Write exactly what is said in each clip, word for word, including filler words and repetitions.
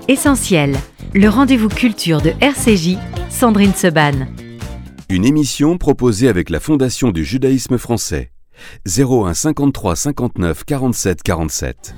Essentiel, le rendez-vous culture de R C J, Sandrine Seban. Une émission proposée avec la Fondation du judaïsme français. zéro un cinquante-trois cinquante-neuf quarante-sept quarante-sept.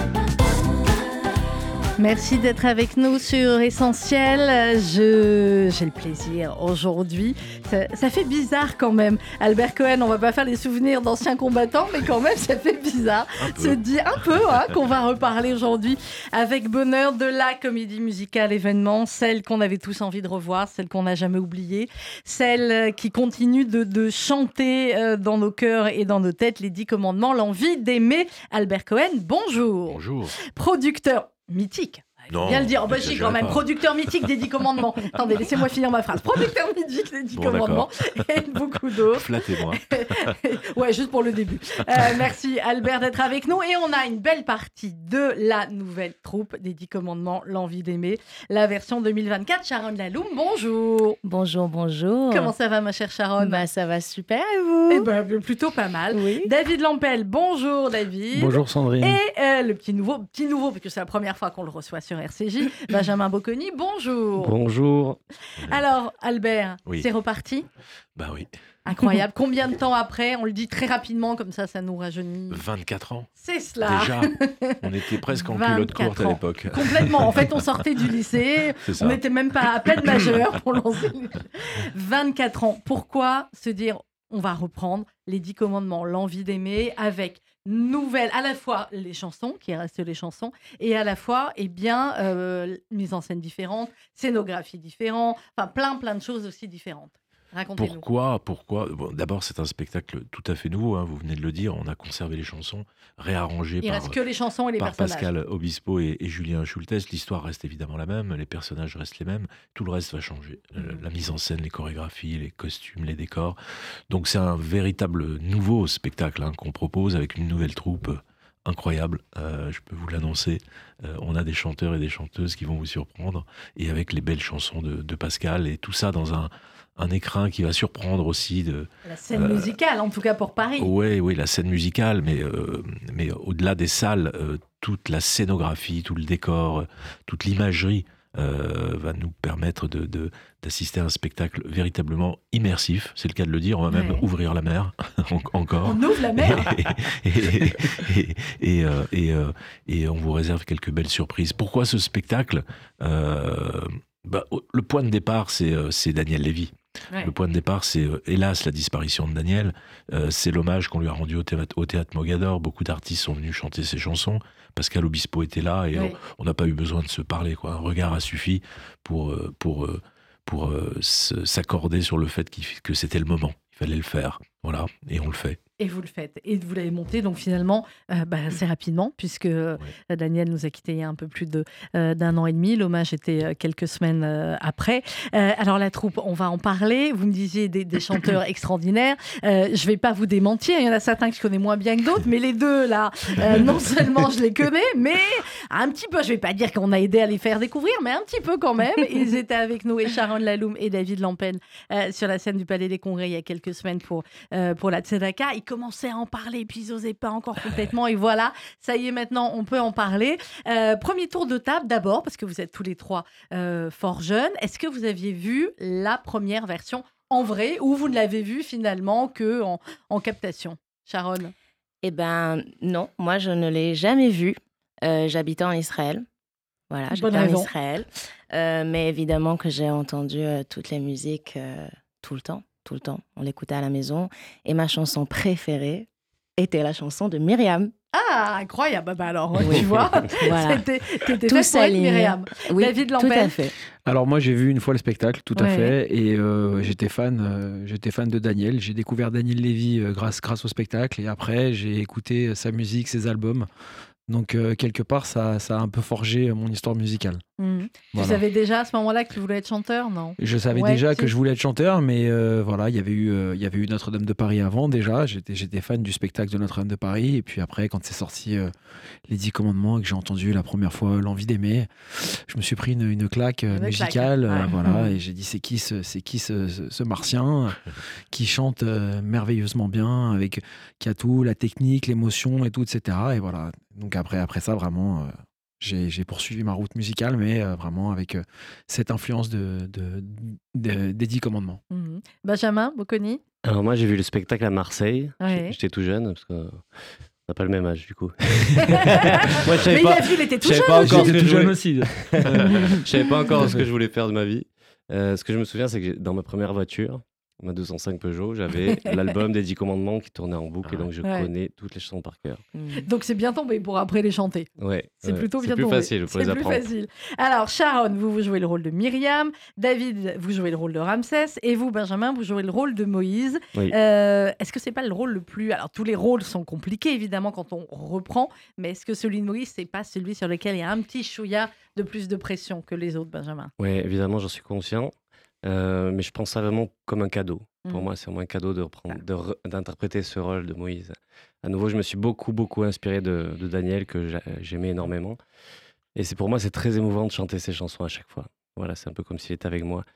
Merci d'être avec nous sur Essentiel. Je, j'ai le plaisir aujourd'hui. Ça, ça fait bizarre quand même. Albert Cohen, on va pas faire les souvenirs d'anciens combattants, mais quand même, ça fait bizarre. Se dire un peu hein, qu'on va reparler aujourd'hui avec bonheur de la comédie musicale événement, celle qu'on avait tous envie de revoir, celle qu'on n'a jamais oubliée, celle qui continue de, de chanter euh, dans nos cœurs et dans nos têtes les dix commandements, l'envie d'aimer. Albert Cohen, bonjour. Bonjour. Producteur mythique. Non, bien le dire. Oh, bah, si, quand même. pas. Producteur mythique des dix commandements. Attendez, laissez-moi finir ma phrase. Producteur mythique des dix Bon, commandements. Et beaucoup d'autres. Flattez-moi. Ouais, juste pour le début. Euh, merci Albert d'être avec nous. Et on a une belle partie de la nouvelle troupe des dix commandements, l'envie d'aimer. La version deux mille vingt-quatre. Sharon Laloum, bonjour. Bonjour, bonjour. Comment ça va, ma chère Sharon? Bah, ça va super, et vous? Eh ben, plutôt pas mal. Oui. David Lampel, bonjour David. Bonjour Sandrine. Et euh, le petit nouveau, petit nouveau, parce que c'est la première fois qu'on le reçoit sur R C J, Benjamin Bocconi, bonjour. Bonjour. Alors, Albert, Oui. c'est reparti? Bah oui. Incroyable. Combien de temps après? On le dit très rapidement, comme ça, ça nous rajeunit. vingt-quatre ans. C'est cela. Déjà. On était presque en culotte vingt-quatre courte à ans. l'époque. Complètement. En fait, on sortait du lycée. C'est ça. On n'était même pas à peine majeur pour lancer. le- vingt-quatre ans. Pourquoi se dire, on va reprendre les dix commandements, l'envie d'aimer, avec nouvelles, à la fois les chansons, qui restent les chansons, et à la fois, eh bien, euh, mise en scène différente, scénographie différente, enfin, plein, plein de choses aussi différentes. Racontez-nous. Pourquoi Pourquoi bon, D'abord, c'est un spectacle tout à fait nouveau. Hein, vous venez de le dire. On a conservé les chansons, réarrangées Il par, reste que les chansons et les par personnages. Pascal Obispo et, et Julien Schultes. L'histoire reste évidemment la même. Les personnages restent les mêmes. Tout le reste va changer. Euh, La mise en scène, les chorégraphies, les costumes, les décors. Donc, c'est un véritable nouveau spectacle hein, qu'on propose avec une nouvelle troupe. Incroyable, euh, je peux vous l'annoncer. Euh, on a des chanteurs et des chanteuses qui vont vous surprendre, et avec les belles chansons de, de Pascal, et tout ça dans un, un écrin qui va surprendre aussi. De, La scène Euh, musicale, en tout cas pour Paris. ouais, oui, la scène musicale, mais, euh, mais au-delà des salles, euh, toute la scénographie, tout le décor, euh, toute l'imagerie euh, va nous permettre de, de- d'assister à un spectacle véritablement immersif. C'est le cas de le dire. On va même Ouais. ouvrir la mer en- encore. On ouvre la mer. et, et, et, et, euh, et, euh, et on vous réserve quelques belles surprises. Pourquoi ce spectacle Euh, bah, au- Le point de départ, c'est, euh, c'est Daniel Lévy. Ouais. Le point de départ, c'est euh, hélas la disparition de Daniel. Euh, c'est l'hommage qu'on lui a rendu au théâtre, au théâtre Mogador. Beaucoup d'artistes sont venus chanter ses chansons. Pascal Obispo était là et Oui. on on n'a pas eu besoin de se parler, quoi. Un regard a suffi pour, euh, pour, euh, pour euh, se- s'accorder sur le fait qu'il- que c'était le moment. Il fallait le faire. Voilà. Et on le fait. Et vous le faites. Et vous l'avez monté, donc finalement, euh, bah, assez rapidement, puisque euh, Daniel nous a quittés il y a un peu plus de, euh, d'un an et demi. L'hommage était euh, quelques semaines euh, après. Euh, alors la troupe, on va en parler. Vous me disiez des, des chanteurs extraordinaires. Euh, je ne vais pas vous démentir, il y en a certains que je connais moins bien que d'autres, mais les deux, là, euh, non seulement je les connais, mais un petit peu, je ne vais pas dire qu'on a aidé à les faire découvrir, mais un petit peu quand même. Ils étaient avec nous, et Sharon Laloum et David Lampel, euh, sur la scène du Palais des Congrès il y a quelques semaines pour, euh, pour la Tzedaka. Ils commençaient à en parler, puis ils n'osaient pas encore complètement. Et voilà, ça y est, maintenant, on peut en parler. Euh, premier tour de table d'abord, parce que vous êtes tous les trois euh, fort jeunes. Est-ce que vous aviez vu la première version en vrai, ou vous ne l'avez vue finalement que en, en captation? Sharon? Eh ben non, moi je ne l'ai jamais vu. Euh, j'habitais en Israël. Voilà, Bonne j'habitais en raison. Israël. Euh, mais évidemment que j'ai entendu euh, toutes les musiques euh, tout le temps, tout le temps. On l'écoutait à la maison. Et ma chanson préférée était la chanson de Myriam. Ah, incroyable. Bah, bah alors, Oui. tu vois, Voilà. c'était, t'étais Tout faite pour être s'aligne. Myriam. Oui, David tout Lampel. à fait. Alors moi j'ai vu une fois le spectacle, tout à Ouais. fait, et euh, j'étais fan, euh, j'étais fan de Daniel. J'ai découvert Daniel Lévy euh, grâce grâce au spectacle, et après j'ai écouté sa musique, ses albums. Donc euh, quelque part ça, ça a un peu forgé mon histoire musicale. Mhm. Tu Voilà. savais déjà à ce moment-là que tu voulais être chanteur, non? Je savais Ouais, déjà si. que je voulais être chanteur, mais euh, voilà, il y avait eu, euh, il y avait eu Notre-Dame de Paris avant déjà. J'étais, j'étais fan du spectacle de Notre-Dame de Paris, et puis après, quand c'est sorti euh, les Dix Commandements et que j'ai entendu la première fois l'envie d'aimer, je me suis pris une, une claque euh, Une claque, musicale, euh, ouais. voilà, et j'ai dit c'est qui ce, c'est qui ce, ce, ce martien euh, qui chante euh, merveilleusement bien, avec qui a tout, la technique, l'émotion et tout, et cetera. Et voilà. Donc après, après ça, vraiment. euh, j'ai, j'ai poursuivi ma route musicale, mais euh, vraiment avec euh, cette influence de, de, de- des Dix Commandements. Mhm. Benjamin Bocconi. Alors moi, j'ai vu le spectacle à Marseille. Ouais. J'étais tout jeune, parce qu'on n'a pas le même âge, du coup. Moi, je savais mais pas- il a vu, il était tout je savais jeune. pas encore J'étais ce que tout je jeune voulais- aussi. Je savais pas encore ce que je voulais faire de ma vie. Euh, ce que je me souviens, c'est que j'ai- dans ma première voiture, ma deux cent cinq Peugeot, j'avais l'album des Dix Commandements qui tournait en boucle, et donc je Ouais. connais toutes les chansons par cœur. Mm. Donc c'est bien tombé pour après les chanter. Ouais, C'est ouais. plutôt bien C'est plus tombé. facile pour C'est les plus apprendre. facile. Alors Sharon, vous vous jouez le rôle de Myriam, David, vous jouez le rôle de Ramsès, et vous, Benjamin, vous jouez le rôle de Moïse. Oui. Euh, est-ce que c'est pas le rôle le plus... Alors tous les rôles sont compliqués évidemment quand on reprend, mais est-ce que celui de Moïse, c'est pas celui sur lequel il y a un petit chouïa de plus de pression que les autres, Benjamin? Oui, évidemment, j'en suis conscient. Euh, mais je pense ça vraiment comme un cadeau. Pour Mhm. moi, c'est vraiment un cadeau de reprendre, de re- d'interpréter ce rôle de Moïse. À nouveau, je me suis beaucoup, beaucoup inspiré de, de Daniel, que j'a- j'aimais énormément. Et c'est pour moi, c'est très émouvant de chanter ses chansons à chaque fois. Voilà, c'est un peu comme s'il était avec moi.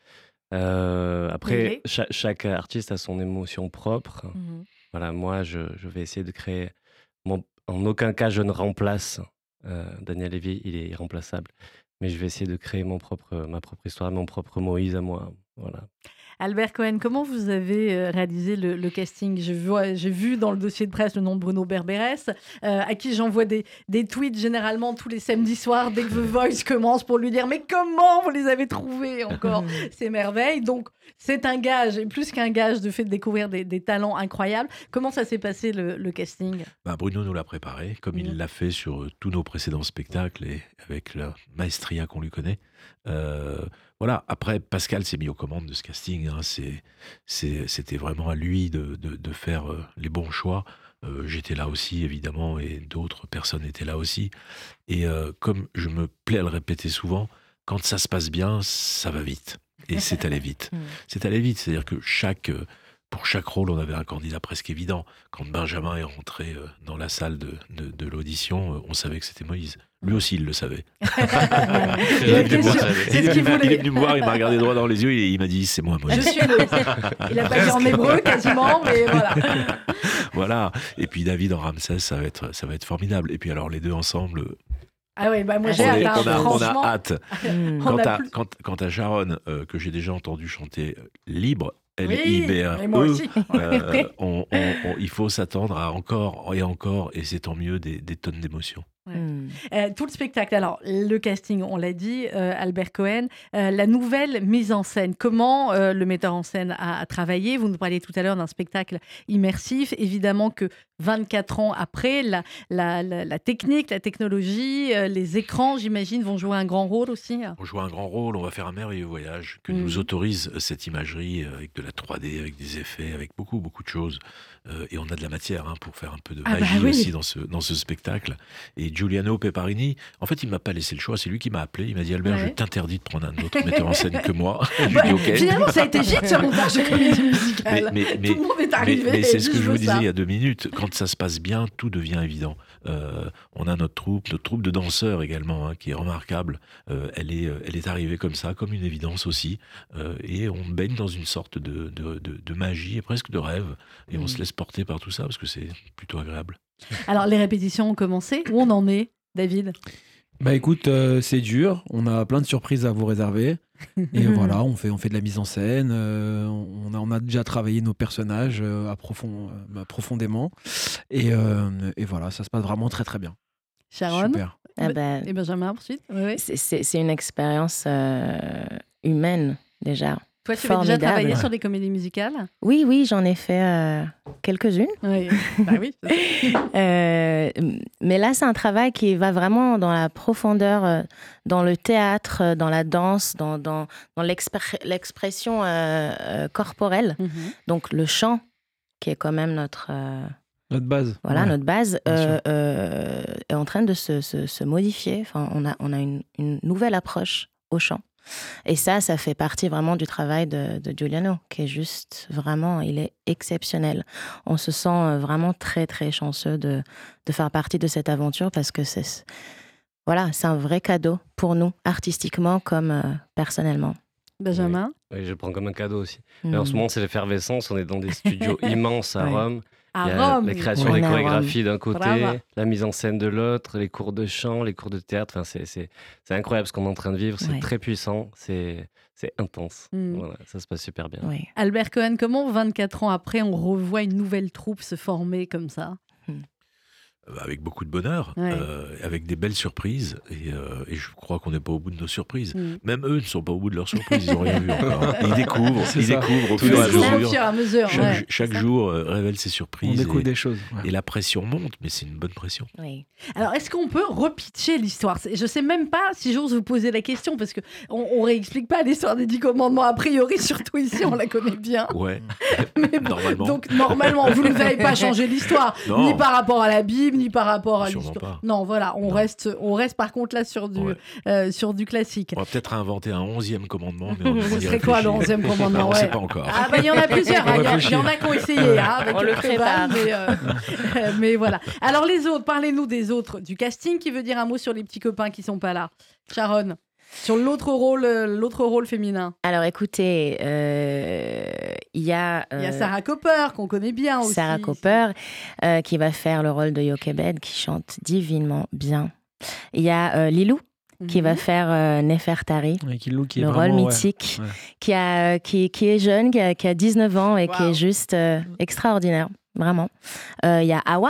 Euh, Il est. après, cha- chaque artiste a son émotion propre. Mhm. Voilà, moi, je, je vais essayer de créer. Mon- en aucun cas, je ne remplace euh, Daniel Lévy, il est irremplaçable. Mais je vais essayer de créer mon propre, ma propre histoire, mon propre Moïse à moi. Voilà. Albert Cohen, comment vous avez euh, réalisé le, le casting? J'ai vu, j'ai vu dans le dossier de presse le nom de Bruno Berberès, euh, à qui j'envoie des, des tweets généralement tous les samedis soirs dès que The Voice commence pour lui dire « Mais comment vous les avez trouvés encore ces merveilles ?» Donc, c'est un gage, et plus qu'un gage, de fait de découvrir des, des talents incroyables. Comment ça s'est passé, le, le casting? Bah, Bruno nous l'a préparé, comme il Mhm. l'a fait sur euh, tous nos précédents spectacles et avec la maestria qu'on lui connaît. Euh, voilà. Après, Pascal s'est mis aux commandes de ce casting. Hein. C'est, c'est- c'était vraiment à lui de, de- de faire euh, les bons choix. Euh, j'étais là aussi, évidemment, et d'autres personnes étaient là aussi. Et euh, comme je me plais à le répéter souvent, quand ça se passe bien, ça va vite. Et c'est allé vite. Mm. C'est allé vite. C'est-à-dire que chaque, euh, pour chaque rôle, on avait un candidat presque évident. Quand Benjamin est rentré euh, dans la salle de, de- de l'audition, euh, on savait que c'était Moïse. Lui aussi, il le savait. Il Il a est venu me voir, question- c'est il ce est qu'il venu- il voulait. est venu me voir, il m'a regardé droit dans les yeux et il m'a dit c'est moi Je Moïse. suis Moïse. Il a pas dit en hébreu quasiment, mais voilà. Voilà. Et puis David en Ramsès, ça va être, ça va être formidable. Et puis alors les deux ensemble, Ah oui, bah moi On j'ai on, hâte. est- hein, on a, on a franchement. hâte. Mm. On Quant a à, plus- quant- quant à Sharon, euh, que j'ai déjà entendu chanter euh, Libre, L I Oui, B R mais moi E, aussi. euh, on- on- on- il faut s'attendre à encore et encore, et c'est tant mieux, des, des tonnes d'émotions. Mm. Euh, tout le spectacle, alors le casting, on l'a dit, euh, Albert Cohen, euh, la nouvelle mise en scène, comment euh, le metteur en scène a, a travaillé. Vous nous parliez tout à l'heure d'un spectacle immersif. Évidemment que vingt-quatre ans après, la, la, la, la technique, la technologie, euh, les écrans, j'imagine, vont jouer un grand rôle aussi. On joue un grand rôle, on va faire un merveilleux voyage que Mm. nous autorise cette imagerie euh, avec de la trois D, avec des effets, avec beaucoup, beaucoup de choses. Euh, et on a de la matière hein, pour faire un peu de Ah bah magie oui. aussi dans ce, dans ce spectacle. Et Giuliano Peparini, en fait, il m'a pas laissé le choix, c'est lui qui m'a appelé. Il m'a dit Albert, Ouais. je t'interdis de prendre un autre metteur en scène que moi. Je lui ai Bah, dit ok. Finalement, ça a été vite ce montage de comédie musicale. Mais- mais- Tout le monde est Mais, arrivé. mais c'est et ce dit, que je veux vous disais ça. il y a deux minutes. Quand ça se passe bien, tout devient évident. Euh, on a notre troupe, notre troupe de danseurs également, hein, qui est remarquable. Euh, elle, est, euh, elle est arrivée comme ça, comme une évidence aussi. Euh, et on baigne dans une sorte de, de, de- de magie et presque de rêve. Et on Mm. se laisse porter par tout ça parce que c'est plutôt agréable. Alors, les répétitions ont commencé. Où on en est, David? Bah écoute, euh, c'est dur. On a plein de surprises à vous réserver. Et voilà, on fait, on fait de la mise en scène. euh, on, a, on a déjà travaillé nos personnages euh, à profond- euh, profondément. Et, euh, et voilà, ça se passe vraiment très très bien. Sharon Super. Ah bah, et Benjamin, ensuite. Oui, oui. c'est- c'est c'est une expérience euh, humaine déjà. Toi, tu avais déjà Formidable. travaillé Ouais. sur des comédies musicales? Oui, oui, j'en ai fait euh, quelques-unes. Oui. Bah oui. c'est ça. Euh, mais là, c'est un travail qui va vraiment dans la profondeur, euh, dans le théâtre, euh, dans la danse, dans, dans, dans l'expr- l'expression euh, euh, corporelle. Mhm. Donc le chant, qui est quand même notre, euh, Notre base. voilà, Ouais. notre base, bien euh, sûr. euh, est en train de se, se, se modifier. Enfin, on a, on a une, une nouvelle approche au chant. Et ça, ça fait partie vraiment du travail de, de Giuliano, qui est juste vraiment, il est exceptionnel. On se sent euh, vraiment très, très chanceux de, de faire partie de cette aventure parce que c'est, voilà, c'est un vrai cadeau pour nous, artistiquement comme euh, personnellement. Benjamin? Oui, je prends comme un cadeau aussi. Mm. Mais en ce moment, c'est l'effervescence. On est dans des studios immenses à Ouais. Rome. À Il y a Rome. la création On des est à chorégraphies d'un côté, Brava. la mise en scène de l'autre, les cours de chant, les cours de théâtre. Enfin, c'est, c'est, c'est incroyable ce qu'on est en train de vivre. C'est Ouais. très puissant. C'est, c'est intense. Mm. Voilà, ça se passe super bien. Oui. Albert Cohen, comment vingt-quatre ans après, on revoit une nouvelle troupe se former comme ça? Avec beaucoup de bonheur, Ouais. euh, avec des belles surprises, et, euh, et je crois qu'on n'est pas au bout de nos surprises. Mm. Même eux ne sont pas au bout de leurs surprises, ils n'ont rien vu encore. Ils découvrent, C'est ils ça. découvrent au Tous fur et les à jours. Au mesure. fur et à mesure. Chaque, ouais. chaque C'est ça. jour euh, révèle ses On surprises, découvre et, des choses. ouais. et la pression monte, mais c'est une bonne pression. Oui. Alors, est-ce qu'on peut repitcher l'histoire? C'est- Je sais même pas si j'ose vous poser la question, parce qu'on on réexplique pas l'histoire des Dix Commandements, a priori, surtout ici, on la connaît bien. Ouais, Mais bon, normalement. donc, normalement, vous n'avez pas changé l'histoire, Non. ni par rapport à la Bible, ni par rapport à Sûrement l'histoire. pas. Non, voilà, on Non. reste, on reste par contre là sur du, Ouais. euh, sur du classique. On va peut-être inventer un onzième commandement, mais on, on Ce y serait quoi le réfléchit. onzième commandement? On ne sait Ouais. pas encore. Ah bah il y en a plusieurs, hein. il y, a- il y en a qui ont essayé, hein, avec On le quelques prépare. vannes, mais, euh, mais voilà. Alors les autres, parlez-nous des autres, du casting, qui veut dire un mot sur les petits copains qui sont pas là. Sharon, sur l'autre rôle, euh, l'autre rôle féminin. Alors écoutez, euh, il y a, Il y a euh, Sarah Cooper qu'on connaît bien aussi. Sarah Cooper euh, qui va faire le rôle de Jochebed, qui chante divinement bien. Il y a euh, Lilou qui Mhm. va faire euh, Nefertari, Ouais, qui look, qui est le rôle vraiment, ouais. mythique, ouais. qui, a, qui, qui est jeune, qui a, qui a dix-neuf ans et qui Wow. est juste euh, extraordinaire, vraiment. Euh, Il y a Awa,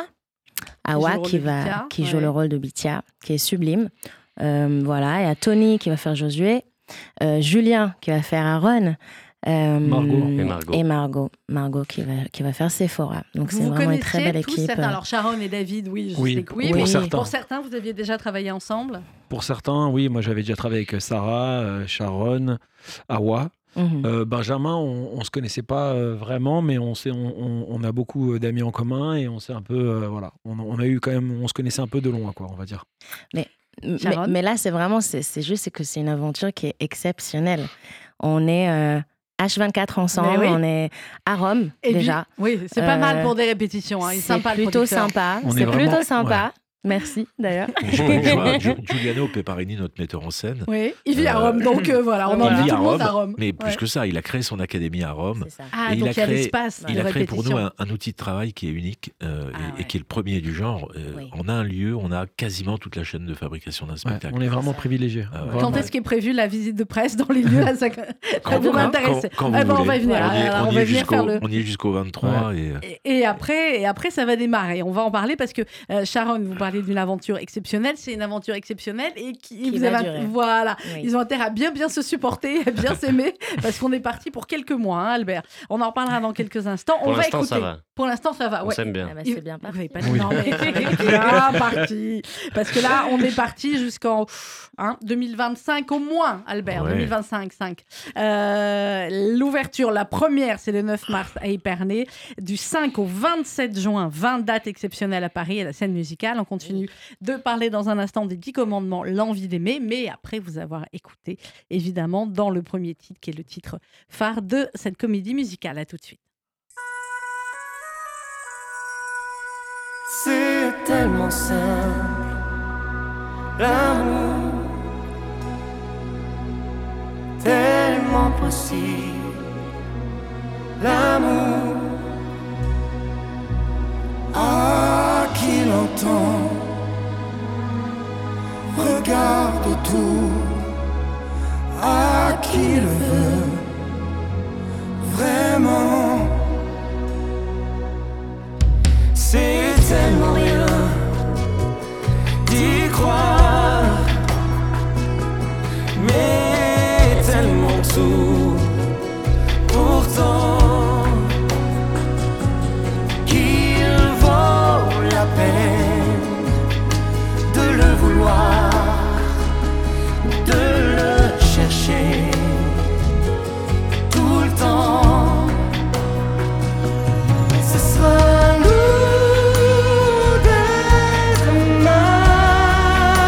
Awa joue le rôle qui, de va, Bithia, qui joue ouais. le rôle de Bithia, qui est sublime. Euh, voilà, il y a Tony qui va faire Josué, euh, Julien qui va faire Aaron. euh, Margot. Et Margot. Et Margot, Margot qui, va, qui va faire Sephora. Donc Vous c'est vous vraiment une connaissez très belle tous équipe. certains. Alors Sharon et David, oui, je Oui, sais que oui. pour mais certains. Pour certains, vous aviez déjà travaillé ensemble. Pour certains, oui, moi j'avais déjà travaillé avec Sarah, euh, Sharon, Awa. Mhm. Euh, Benjamin, on, on se connaissait pas euh, vraiment, mais on, sait, on, on, on a beaucoup d'amis en commun et on s'est un peu, euh, voilà, on, on a eu quand même, on se connaissait un peu de loin, quoi, on va dire. Mais, Sharon mais là, c'est vraiment, c'est c'est juste que c'est une aventure qui est exceptionnelle. On est euh, H vingt-quatre ensemble, Mais oui. on est à Rome Et puis- déjà. oui, c'est pas Euh, mal pour des répétitions. Hein. Il est C'est sympa, le plutôt producteur. sympa. On est C'est vraiment- plutôt sympa. Merci d'ailleurs. Je vois Giu- Giuliano Peparini, notre metteur en scène. Oui, il vit à Euh, Rome, donc euh, voilà, on il envie vit tout à le monde Rome, à Rome. Mais Ouais. plus que ça, il a créé son académie à Rome. C'est ça. Ah, Et donc il y a créé, l'espace de il a créé pour nous répétition. un, un outil de travail qui est unique euh, Ah et, ouais. et qui est le premier du genre. Euh, Oui. On a un lieu, on a quasiment toute la chaîne de fabrication d'un Ouais, spectacle. on est vraiment privilégiés. Ah ouais. Vraiment. Quand est-ce qu'est prévue la visite de presse dans les lieux à ça... Quand- vous quand- m'intéressez. quand- quand Ah vous ben, on va voulez. venir. On y est- Alors, on on y va est venir jusqu'au- faire le- on y est jusqu'au vingt-trois. Et, euh, Et, et après, et après, ça va démarrer. On va en parler parce que euh, Sharon, vous parlez d'une aventure exceptionnelle. C'est une aventure exceptionnelle et qui, Qui vous va avez- durer. voilà. Oui. Ils ont intérêt à bien bien se supporter, à bien s'aimer, parce qu'on est parti pour quelques mois, hein, Albert. On en reparlera dans quelques instants. Pour on va l'instant, écouter. ça va. Pour l'instant, ça va. On Ouais. s'aime bien. Ah bah, Il- c'est bien Vous parti. avez pas Oui. non, mais c'est bien parti. Parce que là, on est parti jusqu'en hein, deux mille vingt-cinq au moins, Albert. Ouais. deux mille vingt-cinq, cinq. Euh, L'ouverture, la première, c'est le neuf mars à Épernay. Du cinq au vingt-sept juin, vingt dates exceptionnelles à Paris, à la scène musicale. On continue de parler dans un instant des Dix Commandements, l'envie d'aimer, mais après vous avoir écouté, évidemment, dans le premier titre, qui est le titre phare de cette comédie musicale. À tout de suite. C'est tellement simple, l'amour, tellement possible, l'amour. À qui l'entend, regarde autour, à qui le veut, vraiment. C'est tellement rien d'y croire, mais tellement tout pourtant qu'il vaut la peine de le vouloir, de le chercher tout le temps. Ce sera nous dès demain.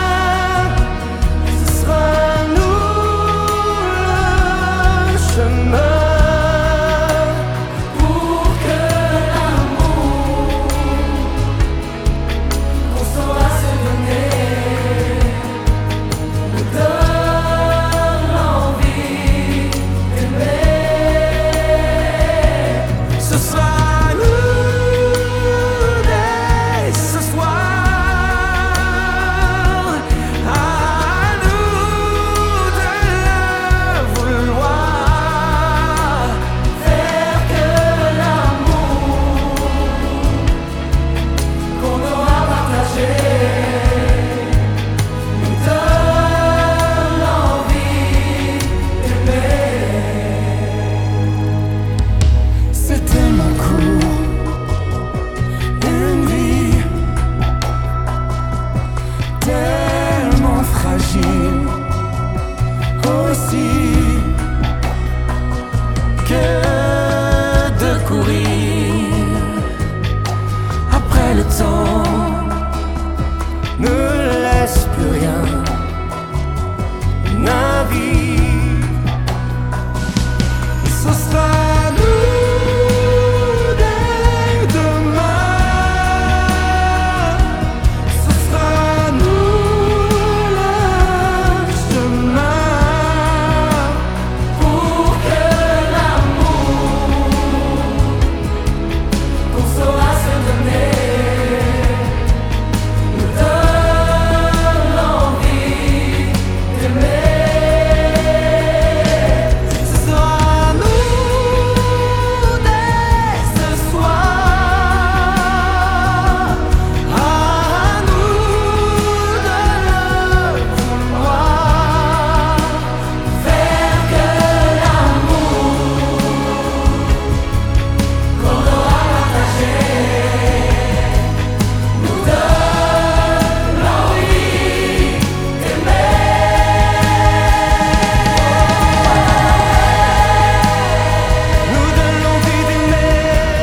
fragile aussi que de courir après le temps. Ne laisse plus rien, navigue. Ce sera nous dès demain. Ce sera nous le chemin pour que l'amour qu'on saura se donner nous donne l'envie d'aimer. Ce sera nous dès ce soir, à nous de le vouloir, faire que l'amour qu'on aura partagé nous donne l'envie d'aimer. Nous donne l'envie d'aimer.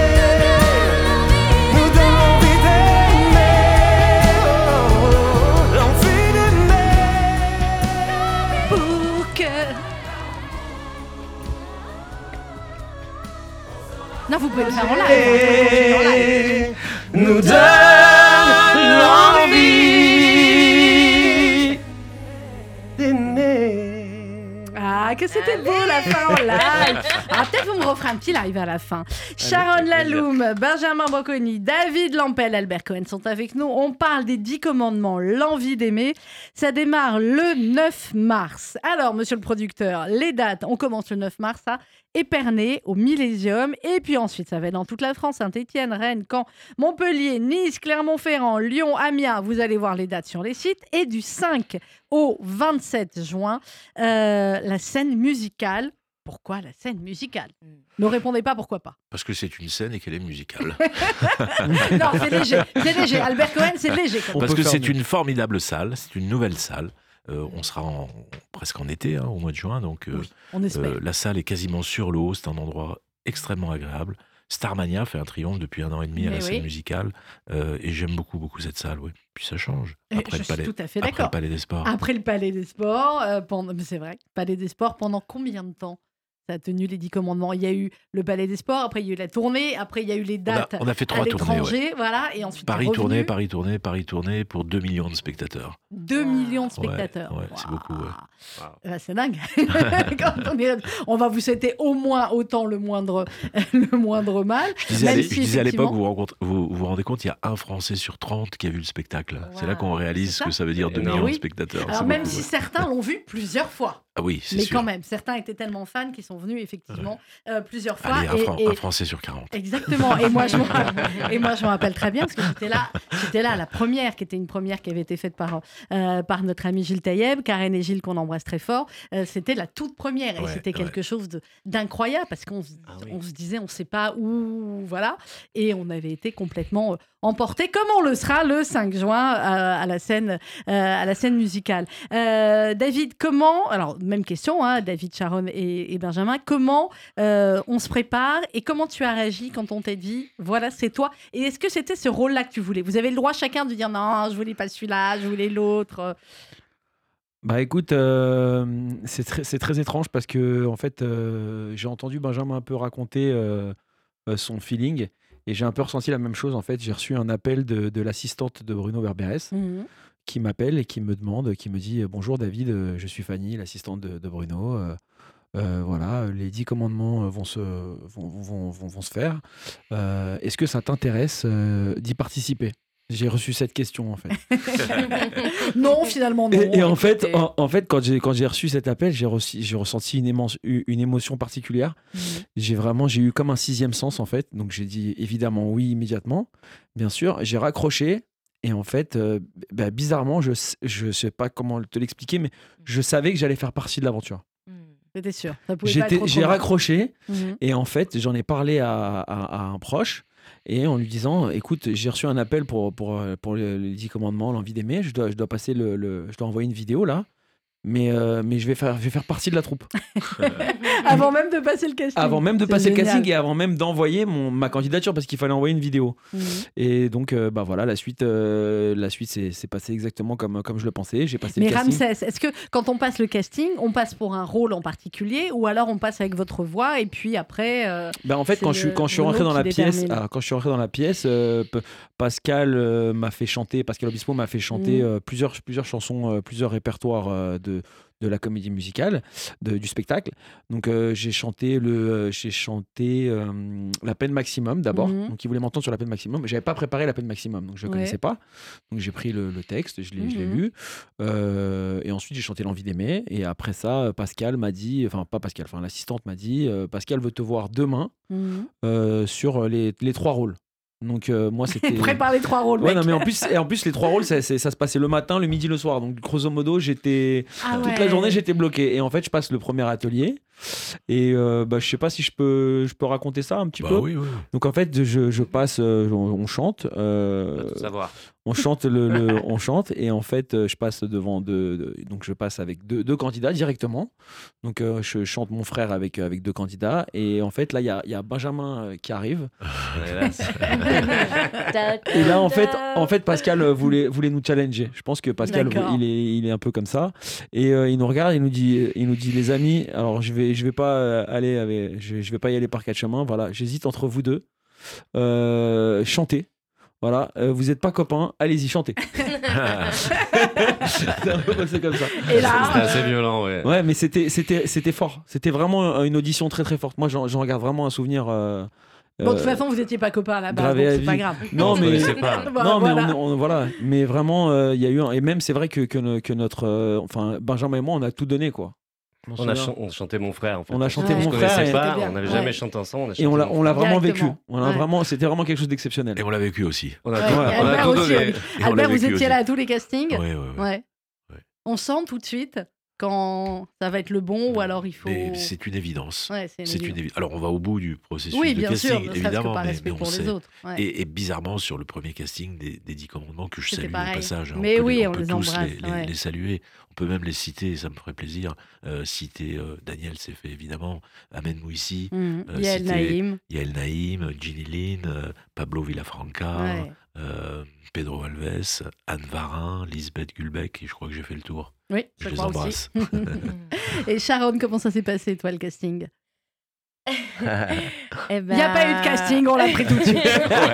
Nous donne l'envie d'aimer. Oh, l'envie d'aimer. Pour que... Non, vous pouvez le faire en live. hein, vous pouvez le faire en live. Nous donne l'envie d'aimer. Ah, que c'était beau la fin en live. Ah, peut-être vous me referez un petit live à la fin. Sharon Laloum, Benjamin Bocconi, David Lampel, Albert Cohen sont avec nous. On parle des dix commandements, l'envie d'aimer. Ça démarre le neuf mars. Alors, monsieur le producteur, les dates, on commence le neuf mars à Épernay, au Millésium. Et puis ensuite, ça va être dans toute la France, Saint-Étienne, Rennes, Caen, Montpellier, Nice, Clermont-Ferrand, Lyon, Amiens. Vous allez voir les dates sur les sites. Et du cinq au vingt-sept juin, euh, la scène musicale. Pourquoi la scène musicale ? Ne répondez pas pourquoi pas. Parce que c'est une scène et qu'elle est musicale. Non, c'est léger. C'est léger. Albert Cohen, c'est léger. Quand même. Parce peut que faire c'est mieux. une formidable salle, c'est une nouvelle salle. Euh, on sera en, presque en été, hein, au mois de juin. Donc, euh, Oui, on espère. euh, la salle est quasiment sur l'eau. C'est un endroit extrêmement agréable. Starmania fait un triomphe depuis un an et demi à Mais la oui. scène musicale. Euh, et j'aime beaucoup, beaucoup cette salle. Ouais. Puis ça change. Et Après, je le suis palais, tout à fait après d'accord. le Palais des Sports. Après le Palais des Sports, euh, pendant... mais c'est vrai, Palais des Sports, pendant combien de temps ça a tenu les dix commandements ? Il y a eu le Palais des Sports, après il y a eu la tournée, après il y a eu les On a, dates on a fait à trois tournées. l'étranger, Ouais. voilà, et ensuite Paris revenu. tournée, Paris tournée, Paris tournée pour deux millions de spectateurs. deux millions de Ouais, spectateurs. ouais, c'est beaucoup, ouais. Ah, c'est dingue. Quand on, est- on va vous souhaiter au moins autant le moindre, le moindre mal. Je disais, à Même l'é- si, je disais à l'époque, effectivement- vous vous, rencontrez- vous vous vous rendez compte, il y a un Français sur trente qui a vu le spectacle. C'est là qu'on Wow, réalise c'est ce que ça. ça veut dire deux Énorme. millions de Oui. spectateurs. Alors C'est même beaucoup, si ouais. certains l'ont vu plusieurs fois. Ah oui, c'est Mais sûr. quand même, certains étaient tellement fans qu'ils sont venus effectivement euh, plusieurs fois. Allez, un, et, Fran- et- un Français sur quarante. Exactement. Et moi, je me rappelle, et moi, je me rappelle très bien parce que j'étais là, j'étais là à la première, qui était une première qui avait été faite par, euh, par notre ami Gilles Taïeb, Karen et Gilles qu'on embrasse très fort. Euh, c'était la toute première et Ouais, c'était quelque ouais. chose de- d'incroyable parce qu'on se- Ah oui. on se disait, on ne sait pas où, voilà. Et on avait été complètement euh, emportés, comme on le sera le cinq juin euh, à la scène, euh, à la scène musicale. Euh, David, comment, alors même question, hein, David, Sharon et, et Benjamin, comment euh, on se prépare et comment tu as réagi quand on t'a dit, voilà, c'est toi. Et est-ce que c'était ce rôle-là que tu voulais ? Vous avez le droit chacun de dire, non, je voulais pas celui-là, je voulais l'autre. Bah écoute, euh, c'est très, c'est très étrange parce que en fait, euh, j'ai entendu Benjamin un peu raconter euh, euh, son feeling et j'ai un peu ressenti la même chose. En fait, j'ai reçu un appel de, de l'assistante de Bruno Berberes Mhm. qui m'appelle et qui me demande, qui me dit bonjour David, euh, je suis Fanny, l'assistante de, de Bruno. euh, euh, voilà, les dix commandements euh, vont se, vont, vont, vont, vont se faire. Euh, Est-ce que ça t'intéresse euh, d'y participer ? J'ai reçu cette question en fait. Non, finalement, non. Et, et en fait, Écoutez. en, en fait, quand j'ai quand j'ai reçu cet appel, j'ai reçu- j'ai ressenti une, émo- une émotion particulière. Mhm. J'ai vraiment, j'ai eu comme un sixième sens en fait. Donc j'ai dit évidemment oui immédiatement, bien sûr. J'ai raccroché et en fait, euh, bah, bizarrement, je s- je sais pas comment te l'expliquer, mais je savais que j'allais faire partie de l'aventure. C'était sûr. Ça pouvait pas J'étais- être J'ai autrement. raccroché Mhm. et en fait, j'en ai parlé à, à- à un proche et en lui disant, écoute, j'ai reçu un appel pour, pour, pour les, les dix commandements, l'envie d'aimer, je dois, je dois passer le, le- je dois envoyer une vidéo là, mais, euh, mais je, vais faire, je vais faire partie de la troupe. Avant même de passer le casting. Avant même de C'est passer le génial. casting et avant même d'envoyer mon, ma candidature parce qu'il fallait envoyer une vidéo. Mhm. Et donc, euh, bah voilà, la suite, euh, la suite c'est, c'est passé exactement comme, comme je le pensais. J'ai passé Mais le casting. Ramsès, est-ce que quand on passe le casting, on passe pour un rôle en particulier ou alors on passe avec votre voix et puis après euh, Ben en fait, c'est quand je suis le- quand je suis le rentré mot dans la qui pièce, détermine. alors, quand je suis rentré dans la pièce, euh, P- Pascal euh, m'a fait chanter, Pascal Obispo m'a fait chanter Mhm. euh, plusieurs plusieurs chansons, euh, plusieurs répertoires euh, de de la comédie musicale, de- du spectacle. Donc euh, j'ai chanté le euh, j'ai chanté euh, la peine maximum d'abord. Mhm. Donc ils voulaient m'entendre sur la peine maximum, mais j'avais pas préparé la peine maximum, donc je ne Ouais. connaissais pas. Donc j'ai pris le, le texte, je l'ai je l'ai Mhm. lu, euh, et ensuite j'ai chanté l'envie d'aimer. Et après ça, Pascal m'a dit, enfin pas Pascal, enfin l'assistante m'a dit, euh, Pascal veut te voir demain Mhm. euh, sur les, les trois rôles. Donc euh, moi c'était. Prépare les trois rôles, Ouais, mec. non, mais en plus, et en plus les trois rôles, ça, c'est- ça se passait le matin, le midi, le soir. Donc grosso modo, j'étais Ah toute ouais. la journée, j'étais bloqué. Et en fait, je passe le premier atelier. Et euh, bah, je sais pas si je peux, je peux raconter ça un petit Bah peu. oui, oui. Donc en fait, je, je passe, euh, on, on chante, euh, On va tout savoir. on chante le, le- on chante, et en fait, euh, je passe devant deux, deux- donc je passe avec deux, deux candidats directement. Donc euh, je chante mon frère avec avec deux candidats, et en fait là, il y a, il y a Benjamin euh, qui arrive. Ouais, là, c'est- Et là, en fait, en fait, Pascal euh, voulait, voulait nous challenger. Je pense que Pascal, D'accord. il est, il est un peu comme ça. Et euh, il nous regarde, il nous dit, il nous dit, les amis, alors je vais, je vais pas euh, aller, avec, je, je vais pas y aller par quatre chemins. Voilà, j'hésite entre vous deux. Euh, chantez. Voilà, euh, vous n'êtes pas copains, allez-y, chantez. C'est un peu passé comme ça. Et là, C'était assez violent, ouais. Ouais, mais c'était, c'était, c'était fort. C'était vraiment une audition très très forte. Moi, j'en, j'en regarde vraiment un souvenir. euh, bon, de toute euh, façon, vous n'étiez pas copains là-bas, donc gravé à c'est pas vie. grave. Non, On se mais connaissait pas. Bah, non, voilà. mais on, on- voilà. Mais vraiment, euh, il y a eu un... Et même, c'est vrai que, que, no- que notre... euh, enfin, Benjamin et moi, on a tout donné, quoi. m'en On a, souviens. chan- on chantait mon frère, en fait. On a chanté Ouais. mon On se frère. connaissait Et, pas, C'était bien. on n'avait Ouais. jamais chanté ensemble. On a et on chanté l'a, mon on l'a frère. vraiment Directement. vécu. On a Ouais. vraiment, c'était vraiment quelque chose d'exceptionnel. Et on l'a vécu aussi. On a Ouais, tout, et on a Albert tout aussi, donné. oui. Et on Albert, l'a vous vécu étiez aussi. là à tous les castings. Ouais, ouais, ouais. Ouais. Ouais. On sent tout de suite quand ça va être le bon ou alors il faut. Mais c'est une évidence. Ouais, c'est une C'est une évidence. évidence. Alors, on va au bout du processus Oui, de bien casting, sûr, ne serait-ce que évidemment, par mais, respect mais on pour les sait. autres. Ouais. Et, et bizarrement, sur le premier casting des, des Dix Commandements, que je C'était salue pareil. au passage, hein, Mais on peut, oui, les, on peut les tous embrasse, les, les- ouais. les saluer. On peut même les citer, ça me ferait plaisir. Euh, citer euh, Daniel, c'est fait évidemment, Amen Mouissi, Mhm. Euh, Yael c'était- Naïm. Yael Naïm, Ginny Lynn, euh, Pablo Villafranca, Ouais. euh, Pedro Alves, Anne Varin, Lisbeth Gulbeck, et je crois que j'ai fait le tour. Oui, Je je les crois embrasse. aussi. Et Sharon, comment ça s'est passé, toi, le casting Eh Il n'y a pas eu de casting, on l'a pris tout de suite.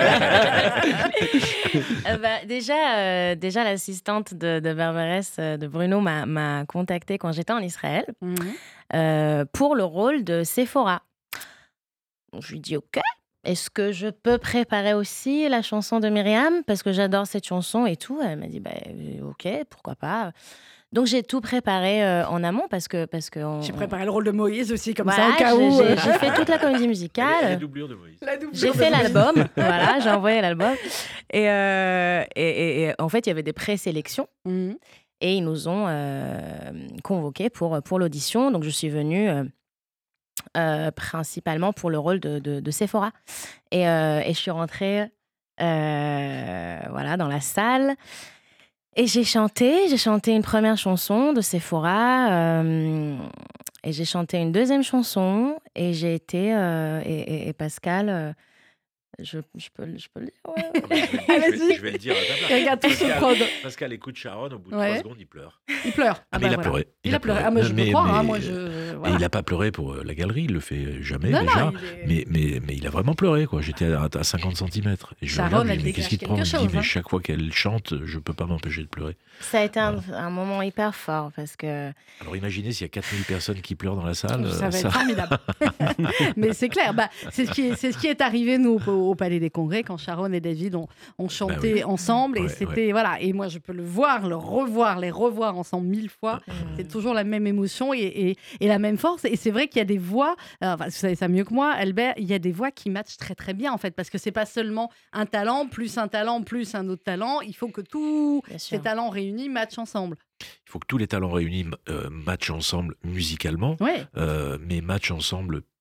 Euh, bah, déjà, euh, déjà l'assistante de, de Berberès, euh, de Bruno, m'a, m'a contactée quand j'étais en Israël Mhm. euh, pour le rôle de Sephora. Donc, je lui dis OK. Est-ce que je peux préparer aussi la chanson de Myriam parce que j'adore cette chanson et tout. Elle m'a dit bah, euh, OK, pourquoi pas. Donc j'ai tout préparé euh, en amont parce que parce que on- J'ai préparé le rôle de Moïse aussi, comme Voilà, ça, au cas j'ai, où. j'ai- euh, j'ai fait toute la comédie musicale. doublure de Moïse. la doublure J'ai de fait Moïse. l'album, voilà, j'ai envoyé l'album. Et, euh, et, et- et en fait, il y avait des présélections Mhm. et ils nous ont euh, convoqués pour, pour l'audition. Donc, je suis venue euh, euh, principalement pour le rôle de, de, de Sephora. Et, euh, et je suis rentrée euh, voilà, dans la salle. Et j'ai chanté, j'ai chanté une première chanson de Sephora. euh, et j'ai chanté une deuxième chanson. Et j'ai été. euh, et, et- et Pascal. euh, je, je, peux, je peux le dire, ouais. Ah bah, je, vais, je vais- Vas-y. je vais le dire à ta place. Regarde tout ce Pascal- prod. Pascal écoute Sharon, au bout de Ouais. trois secondes, il pleure. Il pleure. Ah, mais bah il a voilà. pleuré. Il a pleuré. Ah, moi, je Mais- peux croire. hein, mais- moi, je... Et voilà. il n'a pas pleuré pour euh, la galerie, il le fait jamais Non, déjà. non, il est- Mais, mais, mais il a vraiment pleuré, quoi. J'étais à, à cinquante centimètres. Et je Sharon, le regarde, je elle dis, mais dégage qu'est-ce qui te quelque prend Je chose, dis, mais hein. chaque fois qu'elle chante, je peux pas m'empêcher de pleurer. Ça a été un, un moment hyper fort parce que. Alors imaginez s'il y a quatre mille personnes qui pleurent dans la salle. Ça euh, va être formidable. Mais c'est clair, bah, c'est, ce qui est, c'est ce qui est arrivé, nous, au, au Palais des Congrès, quand Sharon et David ont, ont chanté Bah oui. ensemble. Et Ouais, c'était, voilà. Et moi, je peux le voir, le revoir, les revoir ensemble mille fois. C'est toujours la même émotion et, et, et la même force. Et c'est vrai qu'il y a des voix, euh, enfin, vous savez ça mieux que moi, Albert, il y a des voix qui matchent très, très bien, en fait. Parce que c'est pas seulement un talent, plus un talent, plus un autre talent. Il faut que tous Bien sûr. ces talents réunis matchent ensemble. Il faut que tous les talents réunis euh, matchent ensemble musicalement, Ouais. euh, mais matchent ensemble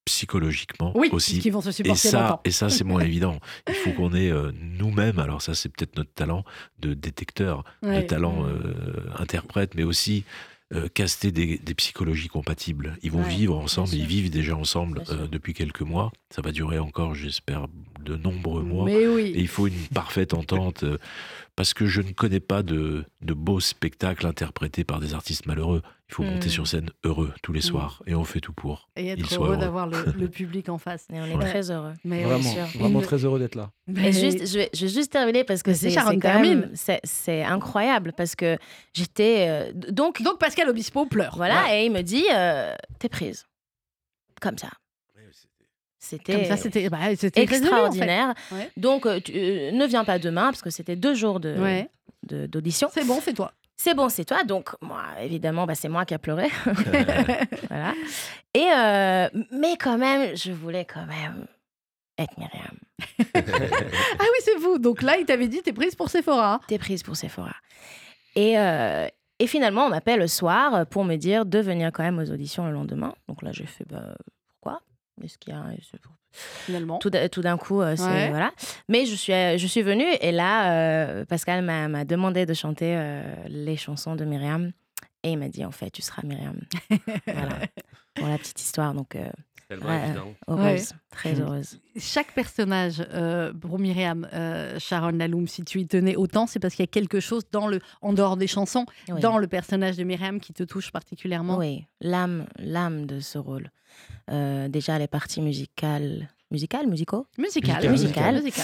psychologiquement Oui, aussi. parce qu'ils vont se Et supporter ça, longtemps. et ça, c'est moins évident. Il faut qu'on ait euh, nous-mêmes, alors ça, c'est peut-être notre talent de détecteur, Ouais. de talent euh, interprète, mais aussi euh, caster des, des psychologies compatibles. Ils vont Ouais, vivre ensemble, bien ils sûr. vivent déjà ensemble Bien sûr. euh, depuis quelques mois. Ça va durer encore, j'espère, de nombreux mois. Mais oui. Et il faut une parfaite entente, euh, parce que je ne connais pas de, de beaux spectacles interprétés par des artistes malheureux. Il faut monter Mm. sur scène heureux tous les Mm. soirs, et on fait tout pour. Et être il soit heureux heureux. d'avoir le, le public en face. Et on est Ouais. très heureux. Mais oui, Vraiment, sûr. vraiment Une- très heureux d'être là. Mais Et juste, je, vais, je vais juste terminer parce que Vas-y, c'est Sharon, c'est quand termine. même c'est, c'est incroyable parce que j'étais euh, donc Donc Pascal Obispo pleure. voilà et il me dit euh, t'es prise comme ça. C'était Comme ça, c'était bah, c'était résolu, en fait. extraordinaire. Ouais. Donc euh, tu, euh, ne viens pas demain parce que c'était deux jours de, Ouais. de- d'audition. C'est bon, c'est toi. C'est bon, c'est toi. Donc, moi, évidemment, bah, c'est moi qui a pleuré. Voilà. Et, euh, mais quand même, je voulais quand même être Myriam. Ah oui, c'est vous. Donc là, il t'avait dit, t'es prise pour Sephora. T'es prise pour Sephora. Et, euh, et finalement, on m'appelle le soir pour me dire de venir quand même aux auditions le lendemain. Donc là, j'ai fait, bah, pourquoi Est-ce qu'il y a... c'est pour- Finalement. Tout, d'un- tout d'un coup, euh, c'est, Ouais. voilà. Mais je suis, euh, je suis venue et là, euh, Pascal m'a, m'a demandé de chanter euh, les chansons de Myriam. Et il m'a dit, en fait, tu seras Myriam. Voilà. Pour la petite histoire. Donc, euh, C'est tellement ouais, évident. heureuse. Très heureuse. Chaque personnage, euh, pour Myriam, euh, Sharon Laloum, si tu y tenais autant, c'est parce qu'il y a quelque chose dans le, en dehors des chansons, Oui. dans le personnage de Myriam qui te touche particulièrement. Oui, l'âme, l'âme de ce rôle. Euh, déjà, les parties musicales, musicales, musicaux, Musical. Musical. Musical.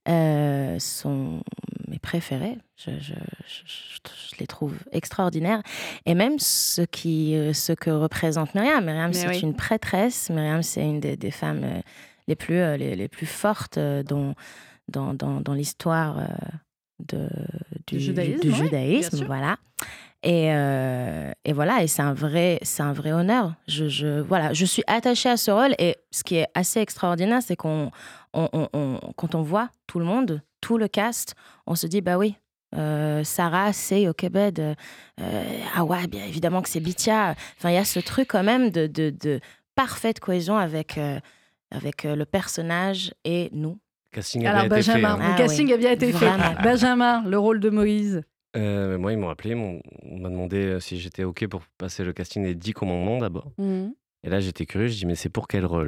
euh, sont mes préférés. Je, je, je, je- je les trouve extraordinaires. Et même ce, qui, euh, ce que représente Myriam. Myriam, Mais c'est oui. une prêtresse. Myriam, c'est une des, des femmes euh, les, plus, euh, les, les plus fortes euh, dans, dans, dans, dans l'histoire euh, de, du, Du judaïsme, du ouais, judaïsme, bien sûr. voilà. Et, euh, et voilà, et c'est un vrai, c'est un vrai honneur. Je, je, voilà, je suis attachée à ce rôle. Et ce qui est assez extraordinaire, c'est qu'on, on, on, on- quand on voit tout le monde, tout le cast, on se dit, bah oui, euh, Sarah, c'est Yokebed. Euh, ah ouais, bien évidemment que c'est Bitia. Enfin, il y a ce truc quand même de, de, de parfaite cohésion avec, euh, avec euh, le personnage et nous. Le casting a Alors, bien été fait. Benjamin, hein. le Ah casting oui, a bien été vraiment. fait. Benjamin, le rôle de Moïse. Euh, moi, ils m'ont appelé, ils m'ont- on m'a demandé euh, si j'étais OK pour passer le casting des dix commandements d'abord. Mhm. Et là, j'étais curieux, je dis, mais c'est pour quel rôle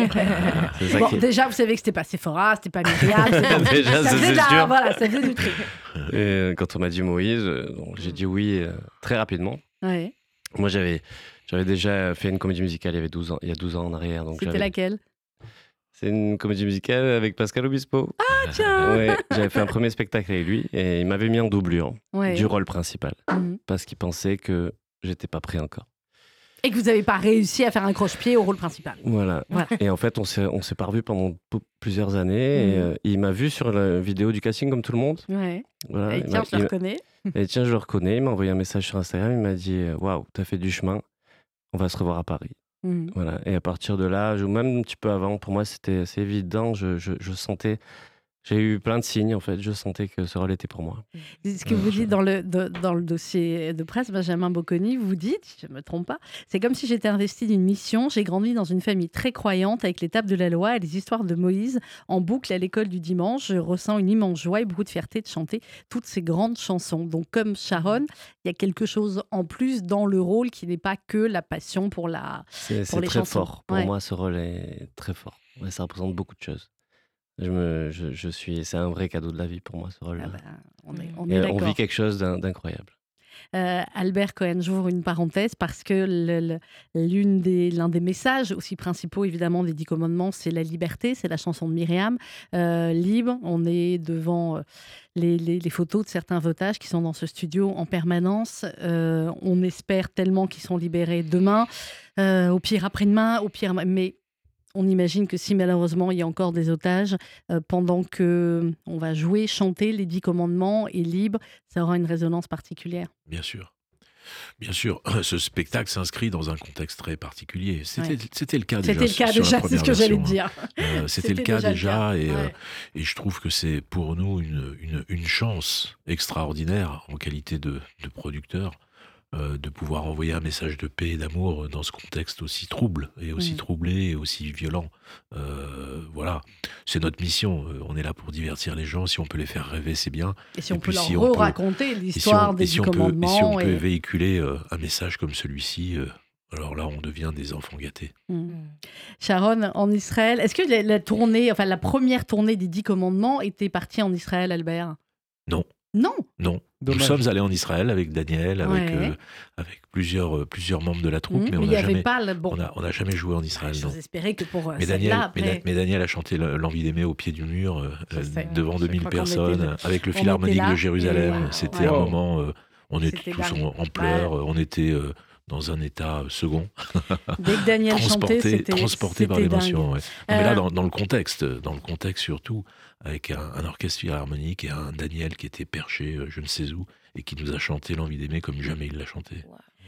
C'est ça Bon, qui est- déjà, vous savez que c'était pas Sephora, c'était pas Myriam. c'était pas- Déjà, ça ça, faisait c'est de la- sûr. Voilà, ça faisait du truc. Et euh, quand on m'a dit Moïse, euh, donc, j'ai dit oui euh, très rapidement. Ouais. Moi, j'avais, j'avais déjà fait une comédie musicale il y avait douze ans, il y a douze ans en arrière. Donc C'était j'avais- laquelle C'est une comédie musicale avec Pascal Obispo. Ah, tiens Ouais, j'avais fait un premier spectacle avec lui et il m'avait mis en doublure Ouais. du rôle principal Mhm. parce qu'il pensait que j'étais pas prêt encore. Et que vous n'avez pas réussi à faire un croche-pied au rôle principal. Voilà. Voilà. Et en fait, on s'est, on s'est pas revus pendant p- plusieurs années. Et, Mhm. euh, il m'a vu sur la vidéo du casting comme tout le monde. Ouais. Voilà. Et Il tiens, m'a- je le il- reconnais. Et tiens, je le reconnais. Il m'a envoyé un message sur Instagram. Il m'a dit waouh, t'as fait du chemin. On va se revoir à Paris. Mhm. Voilà. Et à partir de là, je- même un petit peu avant, pour moi, c'était assez évident. Je, je, je sentais. J'ai eu plein de signes, en fait. Je sentais que ce rôle était pour moi. C'est ce que vous dites dans le, de- dans le dossier de presse, Benjamin Bocconi, vous dites, si je ne me trompe pas, c'est comme si j'étais investi d'une mission. J'ai grandi dans une famille très croyante avec l'étape de la loi et les histoires de Moïse en boucle à l'école du dimanche. Je ressens une immense joie et beaucoup de fierté de chanter toutes ces grandes chansons. Donc, comme Sharon, il y a quelque chose en plus dans le rôle qui n'est pas que la passion pour la. C'est, Pour c'est les très chansons. fort. Pour Ouais. moi, ce rôle est très fort. Ouais, ça représente beaucoup de choses. Je me, je, je suis, c'est un vrai cadeau de la vie pour moi, ce rôle. Ah ben, on est, on Et est on d'accord. vit quelque chose d'in- d'incroyable. Euh, Albert Cohen, j'ouvre une parenthèse parce que le- le- l'une des, l'un des messages aussi principaux, évidemment, des Dix Commandements, c'est la liberté, c'est la chanson de Myriam. Euh, libre, on est devant euh, les, les- les photos de certains otages qui sont dans ce studio en permanence. Euh, on espère tellement qu'ils sont libérés demain, euh, au pire après-demain, au pire... Mais on imagine que si malheureusement il y a encore des otages, euh, pendant que on va jouer, chanter les Dix Commandements et libre, ça aura une résonance particulière. Bien sûr. Bien sûr, ce spectacle s'inscrit dans un contexte très particulier. C'était, Ouais. c'était le cas déjà. C'était le cas sur la déjà, c'est première ce que j'allais version, te hein. dire. Euh, c'était, C'était le cas déjà le déjà, cas, et, euh, ouais. et je trouve que c'est pour nous une, une, une chance extraordinaire en qualité de, de producteur euh, de pouvoir envoyer un message de paix et d'amour dans ce contexte aussi trouble et aussi Mm. troublé et aussi violent. Euh, voilà, c'est notre mission. Euh, On est là pour divertir les gens. Si on peut les faire rêver, c'est bien. Et si Et on peut puis, leur si on peut- raconter Et si l'histoire on, des et si dix on peut, et si on commandements. peut et- véhiculer euh, un message comme celui-ci, euh, alors là, on devient des enfants gâtés. Mm. Mm. Sharon, en Israël, est-ce que la, la tournée, enfin la première tournée des dix commandements était partie en Israël, Albert? Non. Non. Non, Dommage. nous sommes allés en Israël avec Daniel, avec, Ouais. euh, avec plusieurs, euh, plusieurs membres de la troupe, Mm. mais on il n'a n'y avait jamais, pas le bon. on a, on a jamais joué en Israël. non. J'ose espérer que pour euh, Mais Daniel, celle-là, mais, Da- après. mais Daniel a chanté le- l'envie d'aimer au pied du mur, euh, Je euh, sais. devant Je deux mille crois qu'on personnes, était là. avec le On Philharmonique était là, de Jérusalem. et- C'était Ouais. un Wow. moment, euh, on était C'était tous dingue. en, en pleurs, euh, on était euh, dans un état euh, second, Dès que Daniel chantait, transporté, c'était transporté par c'était l'émotion. dingue. Ouais. Non, mais là, Euh, dans, dans le contexte, dans le contexte surtout, avec un, un orchestre philharmonique et un Daniel qui était perché, euh, je ne sais où, et qui nous a chanté l'envie d'aimer comme jamais il l'a chanté.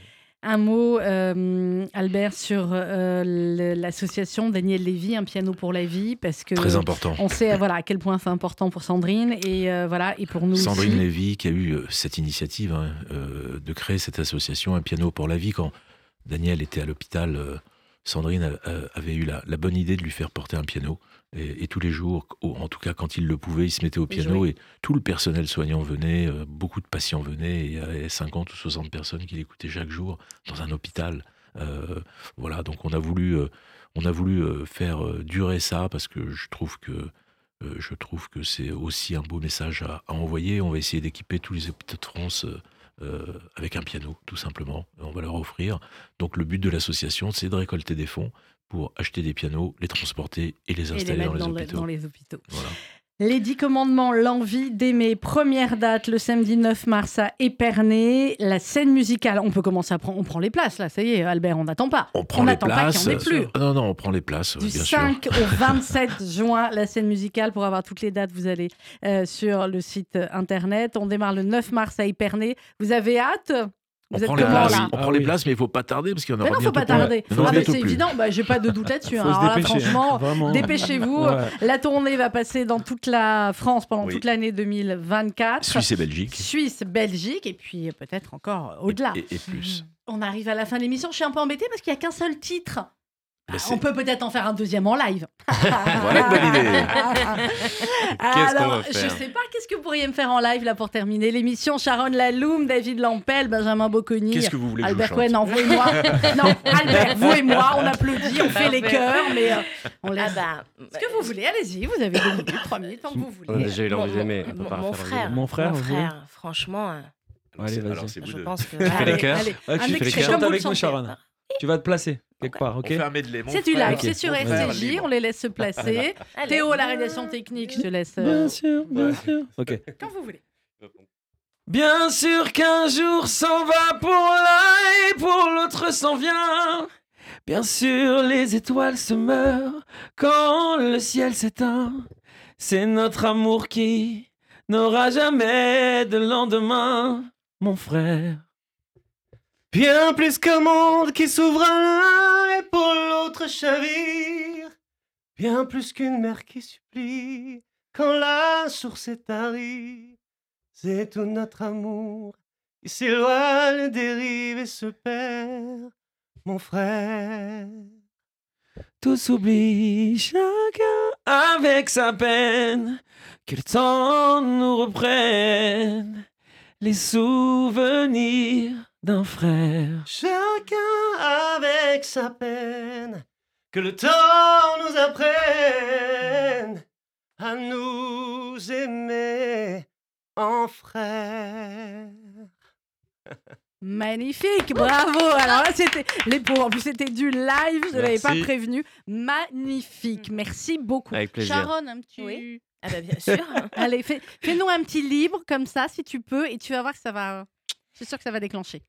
Un mot, euh, Albert, sur euh, le- l'association Daniel Lévy, Un piano pour la vie, parce que Très important. on sait voilà, à quel point c'est important pour Sandrine et, euh, voilà, et pour nous Sandrine aussi. Lévy qui a eu euh, cette initiative hein, euh, de créer cette association Un piano pour la vie. Quand Daniel était à l'hôpital, euh, Sandrine a- a- avait eu la, la bonne idée de lui faire porter un piano. Et, et tous les jours, au- en tout cas quand il le pouvait, il se mettait au Il piano jouait. et tout le personnel soignant venait, euh, beaucoup de patients venaient, et il y avait cinquante ou soixante personnes qui l'écoutaient chaque jour dans un hôpital. Euh, voilà, donc on a voulu, euh, on a voulu euh, faire euh, durer ça parce que je trouve que Euh, je trouve que c'est aussi un beau message à, à envoyer. On va essayer d'équiper tous les hôpitaux de France euh, euh, avec un piano, tout simplement. On va leur offrir. Donc le but de l'association, c'est de récolter des fonds pour acheter des pianos, les transporter et les Et les installer mettre dans les dans, le- hôpitaux. dans les hôpitaux. Voilà. Les dix commandements, l'envie d'aimer. Première date, le samedi neuf mars à Épernay. La scène musicale, on peut commencer à prendre. On prend les places, là, ça y est, Albert, on n'attend pas. On prend les n'attend pas places. qu'il n'y en ait plus. Non, non, on prend les places, Du bien sûr. cinq au vingt-sept juin, la scène musicale. Pour avoir toutes les dates, vous allez euh, sur le site euh, internet. On démarre le neuf mars à Épernay. Vous avez hâte? On Vous prend, êtes les comment, places, là on Ah prend les oui. places, mais il ne faut pas tarder parce qu'il y en Mais aura non, faut bientôt pas plus. tarder. Il y en aura Ah, mais bientôt c'est plus. évident, bah, j'ai pas de doute là-dessus. Faut Alors se là, dépêcher, franchement, vraiment. dépêchez-vous. Ouais. La tournée va passer dans toute la France pendant Oui. toute l'année deux mille vingt-quatre. Suisse et Belgique. Suisse, Belgique, et puis euh, peut-être encore au-delà. Et, et plus. On arrive à la fin de l'émission. Je suis un peu embêtée parce qu'il n'y a qu'un seul titre. Bah, Ah, c'est- on peut peut-être en faire un deuxième en live. Voilà une bonne idée. Qu'est-ce qu'on Alors, va faire je sais pas, qu'est-ce que vous pourriez me faire en live là pour terminer l'émission? Sharon Laloum, David Lampel, Benjamin Bocconi, Qu'est-ce que vous voulez que je vous Albert chante Cohen, non, vous et moi. Non, Albert, vous et moi, on applaudit, on fait les cœurs, mais euh, on Ah laisse. bah, Ce que vous voulez, allez-y, vous avez deux minutes, trois minutes, tant que vous On a voulez. déjà eu l'envie mon- d'aimer. on peut mon, pas mon refaire frère, l'envie Mon frère, mon vous voulez frère, franchement, euh, Allez, Alors, vas-y. c'est vous je deux. pense que. Tu fais les Allez, cœurs allez, Ah, un tu mec fais les qui fait chante comme vous avec le nous, chantez. Sharon. Tu vas te placer quelque part, ok? On fait un medley. Mon C'est du frère, live, Ok. c'est sur Vas-y. R C J, on les laisse se placer. Allez. Théo, la réalisation technique, je te laisse euh, Bien sûr, bien sûr. Ok. quand vous voulez. Bien sûr qu'un jour s'en va pour l'un et pour l'autre s'en vient. Bien sûr les étoiles se meurent quand le ciel s'éteint. C'est notre amour qui n'aura jamais de lendemain, mon frère. Bien plus qu'un monde qui s'ouvre à l'un et pour l'autre chavire. Bien plus qu'une mer qui supplie quand la source est tarie. C'est tout notre amour qui s'éloigne, dérive et se perd, mon frère. Tout s'oublie, chacun avec sa peine. Que le temps nous reprenne les souvenirs d'un frère. Chacun avec sa peine, que le temps nous apprenne à nous aimer en frère. Magnifique, bravo. Alors là, c'était les pauvres. En plus, c'était du live. Je ne l'avais pas Merci. prévenu. Magnifique. Merci beaucoup. Avec plaisir. Sharon, un petit. Oui. Ah bah bien sûr. Allez, fais, fais-nous un petit libre comme ça, si tu peux, et tu vas voir que ça va. Je suis sûre que ça va déclencher.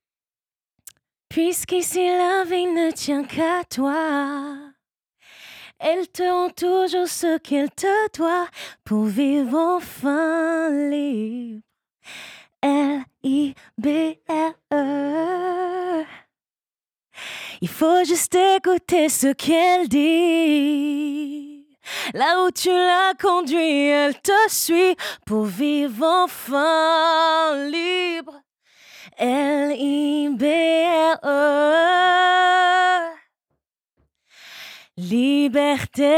Puisqu'ici la vie ne tient qu'à toi, elles te rend toujours ce qu'elle te doit pour vivre enfin libre. L I B R E. Il faut juste écouter ce qu'elle dit. Là où tu l'as conduit, elle te suit pour vivre enfin libre. L I B R E. Liberté,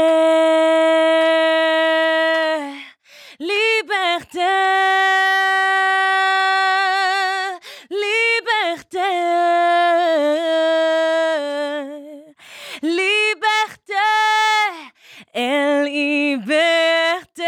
liberté, liberté, liberté et liberté.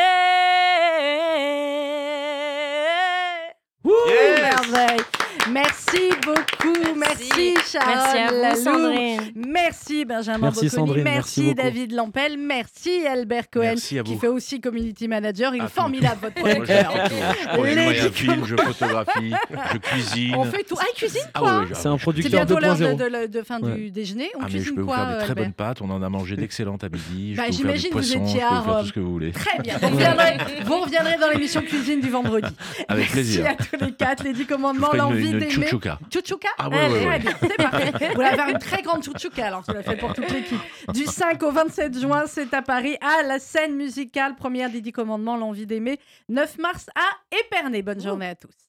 Merveille. Merci beaucoup, merci, merci Charles. Merci à vous, Lalou. Sandrine. Merci Benjamin Merci, Bocconi, Sandrine, merci, merci David Lampel, merci Albert Cohen Merci à qui vous. fait aussi community manager. Il est Ah, tout. formidable votre Moi, je producteur. fais tout. Je produis Les un dix film, je photographie, je cuisine. On fait tout. Ah, il cuisine Ah quoi ouais, ouais, C'est un C'est producteur bientôt deux l'heure point de, zéro. de, de, de fin Ouais. du déjeuner. On Ah, mais je cuisine peux vous quoi, faire des très Albert bonnes pâtes. On en a mangé d'excellentes à midi. Je Bah, peux vous faire du j'imagine que vous poisson. étiez Je peux vous à faire Rome. tout ce que vous voulez. Très bien. Vous reviendrez, vous reviendrez dans l'émission cuisine du vendredi. Avec plaisir. Merci à tous les quatre. Les dix Je vous commandements, ferai une, l'envie une d'aimer. chouchouka. Chouchouka Ah ouais, Allez, ouais, ouais. très bien, c'est parfait. Vous allez faire une très grande chouchouka, alors tu l'as fait pour toute l'équipe. Du cinq au vingt-sept juin, c'est à Paris, à la scène musicale, première des dix commandements, l'envie d'aimer. neuf mars à Épernay. Bonne journée à tous.